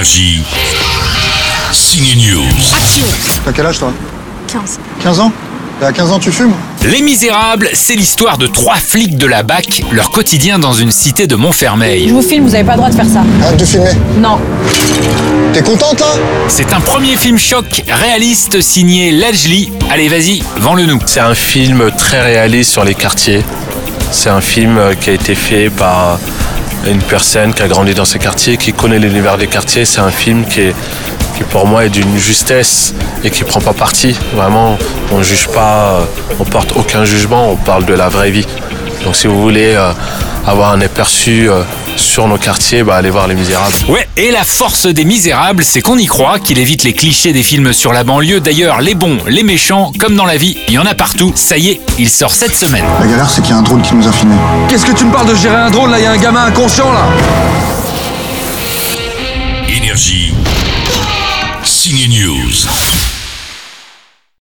Énergie. Signe News. Action. T'as quel âge toi? 15. 15 ans? Et à 15 ans tu fumes? Les Misérables, c'est l'histoire de 3 flics de la BAC, leur quotidien dans une cité de Montfermeil. Je vous filme, vous avez pas le droit de faire ça. Arrête de filmer. Non. T'es contente là? C'est un premier film choc réaliste signé Lajli. Allez, vas-y, vends-le-nous. C'est un film très réaliste sur les quartiers. C'est un film qui a été fait par une personne qui a grandi dans ces quartiers, qui connaît l'univers des quartiers. C'est un film qui pour moi est d'une justesse et qui prend pas parti. Vraiment, on juge pas, on porte aucun jugement, on parle de la vraie vie. Donc si vous voulez avoir un aperçu sur nos quartiers, allez voir Les Misérables. Ouais, et la force des Misérables, c'est qu'on y croit, qu'il évite les clichés des films sur la banlieue. D'ailleurs, les bons, les méchants, comme dans la vie, il y en a partout. Ça y est, il sort cette semaine. La galère c'est qu'il y a un drone qui nous a filmé. Qu'est-ce que tu me parles de gérer un drone là? Il y a un gamin inconscient là. Énergie. Signe News.